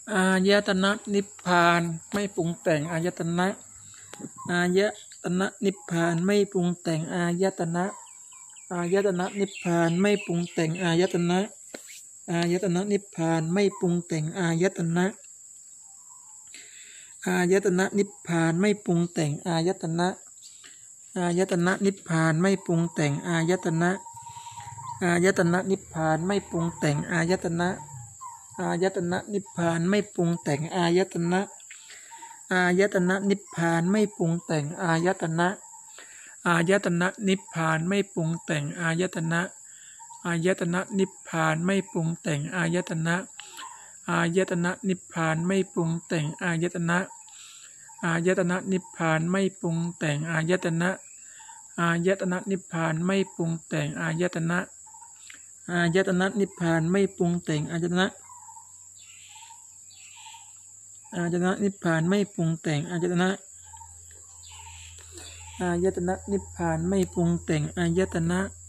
อายตนะนิพพานไม่ปรุงแต่งอายตนะอายตนะนิพพานไม่ปรุงแต่งอายตนะอายตนะนิพพานไม่ปรุงแต่งอายตนะอายตนะนิพพานไม่ปรุงแต่งอายตนะอายตนะนิพพานไม่ปรุงแต่งอายตนะอายตนะนิพพานไม่ปรุงแต่งอายตนะอายตนะนิพพานไม่ปรุงแต่งอายตนะอายตนะนิพพานไม่ปรุงแต่งอายตนะอายตนะนิพพานไม่ปรุงแต่งอายตนะอายตนะนิพพานไม่ปรุงแต่งอายตนะอายตนะนิพพานไม่ปรุงแต่งอายตนะอายตนะนิพพานไม่ปรุงแต่งอายตนะอายตนะนิพพานไม่ปรุงแต่งอายตนะอายตนะนิพพานไม่ปรุงแต่งอายตนะอายตนะนิพพานไม่ปรุงแต่งอายตนะอายตนะนิพพานไม่ปรุงแต่งอายตนะอายตนะนิพพานไม่ปรุงแต่งอายตนะ